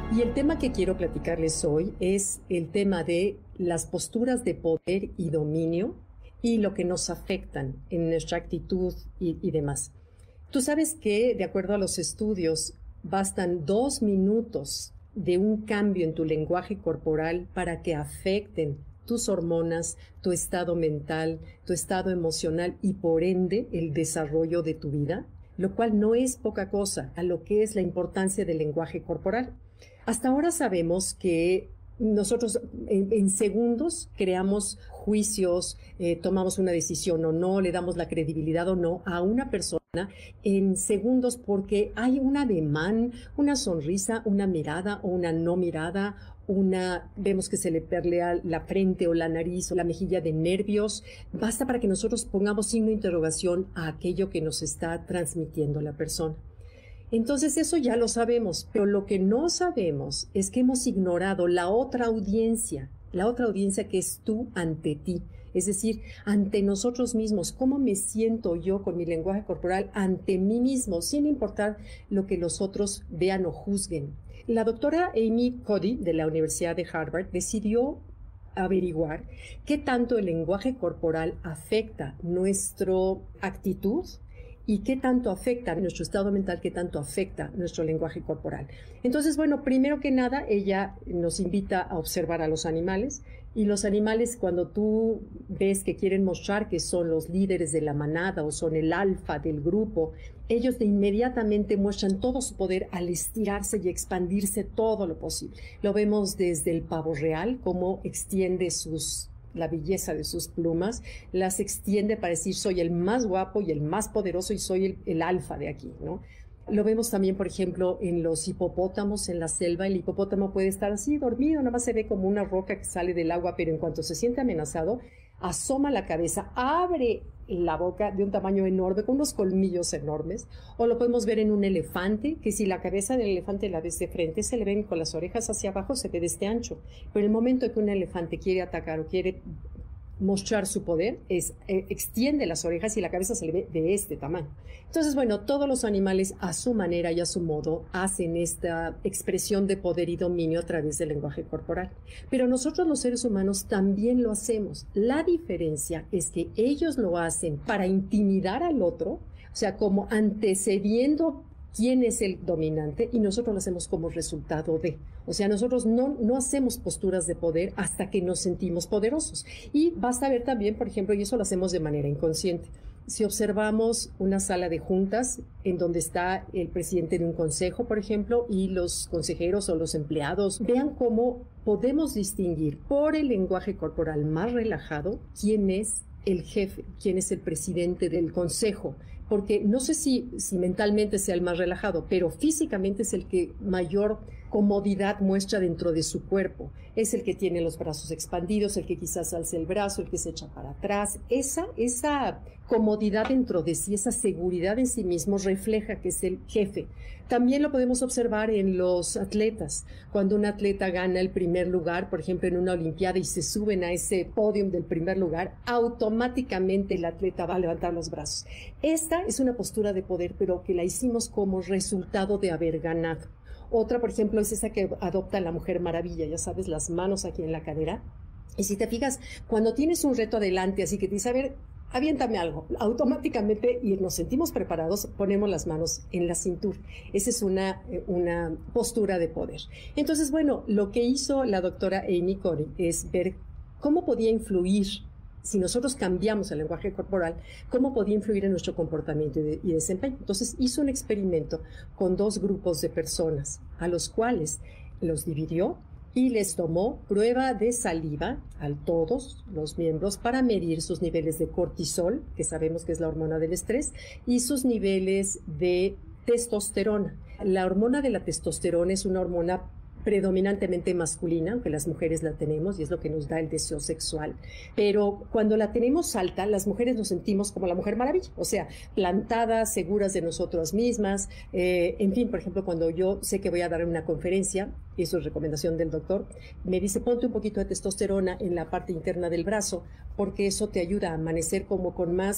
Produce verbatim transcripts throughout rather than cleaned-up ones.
Y el tema que quiero platicarles hoy es el tema de las posturas de poder y dominio y lo que nos afectan en nuestra actitud y, y demás. Tú sabes que, de acuerdo a los estudios, bastan dos minutos de un cambio en tu lenguaje corporal para que afecten tus hormonas, tu estado mental, tu estado emocional y, por ende, el desarrollo de tu vida, lo cual no es poca cosa a lo que es la importancia del lenguaje corporal. Hasta ahora sabemos que nosotros en, en segundos creamos juicios, eh, tomamos una decisión o no, le damos la credibilidad o no a una persona en segundos porque hay un ademán, una sonrisa, una mirada o una no mirada, una, vemos que se le perlea la frente o la nariz o la mejilla de nervios. Basta para que nosotros pongamos signo de interrogación a aquello que nos está transmitiendo la persona. Entonces eso ya lo sabemos, pero lo que no sabemos es que hemos ignorado la otra audiencia, la otra audiencia que es tú ante ti, es decir, ante nosotros mismos, cómo me siento yo con mi lenguaje corporal ante mí mismo, sin importar lo que los otros vean o juzguen. La doctora Amy Cuddy de la Universidad de Harvard decidió averiguar qué tanto el lenguaje corporal afecta nuestra actitud y qué tanto afecta nuestro estado mental, qué tanto afecta nuestro lenguaje corporal. Entonces, bueno, primero que nada, ella nos invita a observar a los animales, y los animales, cuando tú ves que quieren mostrar que son los líderes de la manada o son el alfa del grupo, ellos de inmediatamente muestran todo su poder al estirarse y expandirse todo lo posible. Lo vemos desde el pavo real, cómo extiende sus la belleza de sus plumas, las extiende para decir soy el más guapo y el más poderoso y soy el, el alfa de aquí, ¿no? Lo vemos también, por ejemplo, en los hipopótamos en la selva. El hipopótamo puede estar así dormido, nada más se ve como una roca que sale del agua, pero en cuanto se siente amenazado, asoma la cabeza, abre la boca de un tamaño enorme, con unos colmillos enormes. O lo podemos ver en un elefante, que si la cabeza del elefante la ves de frente, se le ven con las orejas hacia abajo, se ve de este ancho. Pero el momento en que un elefante quiere atacar o quiere mostrar su poder, es, eh, extiende las orejas y la cabeza se le ve de este tamaño. Entonces, bueno, todos los animales a su manera y a su modo hacen esta expresión de poder y dominio a través del lenguaje corporal. Pero nosotros los seres humanos también lo hacemos. La diferencia es que ellos lo hacen para intimidar al otro, o sea, como antecediendo quién es el dominante, y nosotros lo hacemos como resultado de. O sea, nosotros no, no hacemos posturas de poder hasta que nos sentimos poderosos. Y basta ver también, por ejemplo, y eso lo hacemos de manera inconsciente. Si observamos una sala de juntas en donde está el presidente de un consejo, por ejemplo, y los consejeros o los empleados, vean cómo podemos distinguir por el lenguaje corporal más relajado quién es el jefe, quién es el presidente del consejo, porque no sé si, si mentalmente sea el más relajado, pero físicamente es el que mayor comodidad muestra dentro de su cuerpo. Es el que tiene los brazos expandidos, el que quizás alce el brazo, el que se echa para atrás. Esa, esa comodidad dentro de sí, esa seguridad en sí mismo refleja que es el jefe. También lo podemos observar en los atletas. Cuando un atleta gana el primer lugar, por ejemplo, en una olimpiada y se suben a ese podio del primer lugar, automáticamente el atleta va a levantar los brazos. Esta es una postura de poder, pero que la hicimos como resultado de haber ganado. Otra, por ejemplo, es esa que adopta la Mujer Maravilla, ya sabes, las manos aquí en la cadera. Y si te fijas, cuando tienes un reto adelante, así que te dice, a ver, aviéntame algo, automáticamente, y nos sentimos preparados, ponemos las manos en la cintura. Esa es una, una postura de poder. Entonces, bueno, lo que hizo la doctora Amy Cuddy es ver cómo podía influir, si nosotros cambiamos el lenguaje corporal, cómo podía influir en nuestro comportamiento y, de, y desempeño. Entonces hizo un experimento con dos grupos de personas, a los cuales los dividió y les tomó prueba de saliva a todos los miembros para medir sus niveles de cortisol, que sabemos que es la hormona del estrés, y sus niveles de testosterona. La hormona de la testosterona es una hormona predominantemente masculina, aunque las mujeres la tenemos y es lo que nos da el deseo sexual, pero cuando la tenemos alta, las mujeres nos sentimos como la Mujer Maravilla, o sea, plantadas, seguras de nosotras mismas, eh, en fin, por ejemplo, cuando yo sé que voy a dar una conferencia, eso es recomendación del doctor, me dice ponte un poquito de testosterona en la parte interna del brazo, porque eso te ayuda a amanecer como con más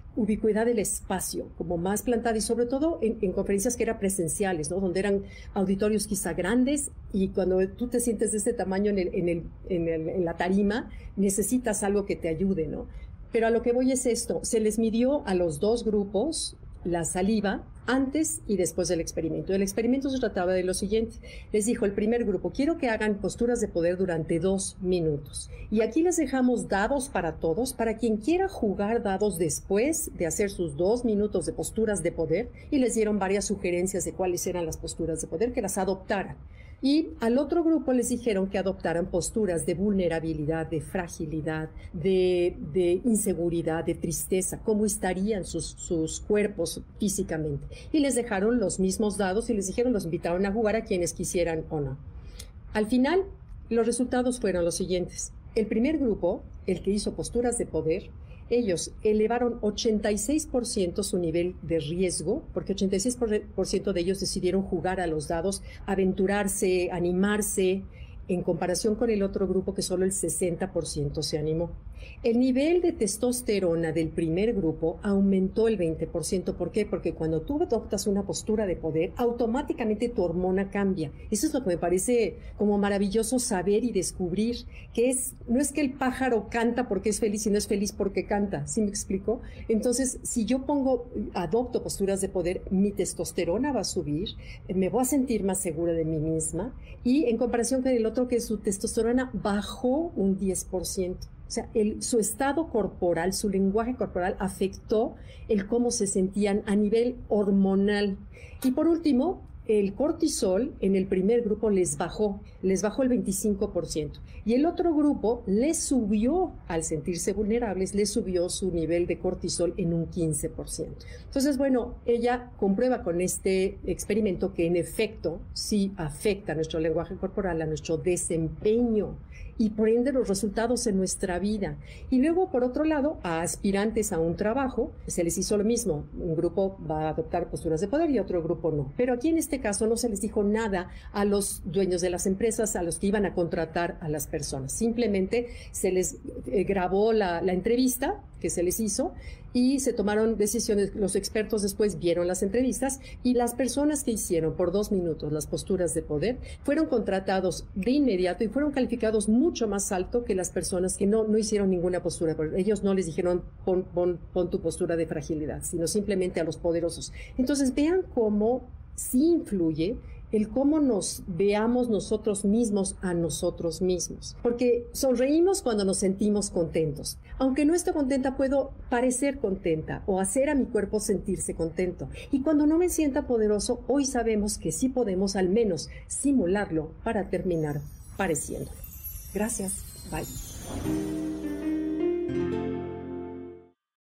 ubicuidad del espacio, como más plantada y sobre todo en, en conferencias que eran presenciales, ¿no? Donde eran auditorios quizá grandes y cuando tú te sientes de este tamaño en, el, en, el, en, el, en la tarima, necesitas algo que te ayude, ¿no? Pero a lo que voy es esto, se les midió a los dos grupos la saliva antes y después del experimento. El experimento se trataba de lo siguiente. Les dijo el primer grupo, quiero que hagan posturas de poder durante dos minutos. Y aquí les dejamos dados para todos, para quien quiera jugar dados después de hacer sus dos minutos de posturas de poder, y les dieron varias sugerencias de cuáles eran las posturas de poder, que las adoptaran. Y al otro grupo les dijeron que adoptaran posturas de vulnerabilidad, de fragilidad, de, de inseguridad, de tristeza, cómo estarían sus, sus cuerpos físicamente. Y les dejaron los mismos dados y les dijeron, los invitaron a jugar a quienes quisieran o no. Al final, los resultados fueron los siguientes. El primer grupo, el que hizo posturas de poder, ellos elevaron ochenta y seis por ciento su nivel de riesgo, porque ochenta y seis por ciento de ellos decidieron jugar a los dados, aventurarse, animarse, en comparación con el otro grupo que solo el sesenta por ciento se animó. El nivel de testosterona del primer grupo aumentó el veinte por ciento. ¿Por qué? Porque cuando tú adoptas una postura de poder, automáticamente tu hormona cambia. Eso es lo que me parece como maravilloso saber y descubrir, que es, no es que el pájaro canta porque es feliz y no es feliz porque canta, ¿sí me explico? Entonces, si yo pongo, adopto posturas de poder, mi testosterona va a subir, me voy a sentir más segura de mí misma, y en comparación con el otro que su testosterona bajó un diez por ciento. O sea, el, su estado corporal, su lenguaje corporal afectó el cómo se sentían a nivel hormonal. Y por último, el cortisol en el primer grupo les bajó, les bajó el veinticinco por ciento. Y el otro grupo les subió, al sentirse vulnerables, les subió su nivel de cortisol en un quince por ciento. Entonces, bueno, ella comprueba con este experimento que en efecto sí afecta a nuestro lenguaje corporal, a nuestro desempeño y por ende los resultados en nuestra vida. Y luego, por otro lado, a aspirantes a un trabajo, se les hizo lo mismo. Un grupo va a adoptar posturas de poder y otro grupo no. Pero aquí en este caso no se les dijo nada a los dueños de las empresas, a los que iban a contratar a las personas. Simplemente se les eh, grabó la, la entrevista que se les hizo y se tomaron decisiones. Los expertos después vieron las entrevistas y las personas que hicieron por dos minutos las posturas de poder fueron contratados de inmediato y fueron calificados mucho más alto que las personas que no, no hicieron ninguna postura. Ellos no les dijeron pon, pon, pon tu postura de fragilidad, sino simplemente a los poderosos. Entonces vean cómo sí influye el cómo nos veamos nosotros mismos a nosotros mismos. Porque sonreímos cuando nos sentimos contentos. Aunque no esté contenta, puedo parecer contenta o hacer a mi cuerpo sentirse contento. Y cuando no me sienta poderoso, hoy sabemos que sí podemos al menos simularlo para terminar pareciéndolo. Gracias. Bye.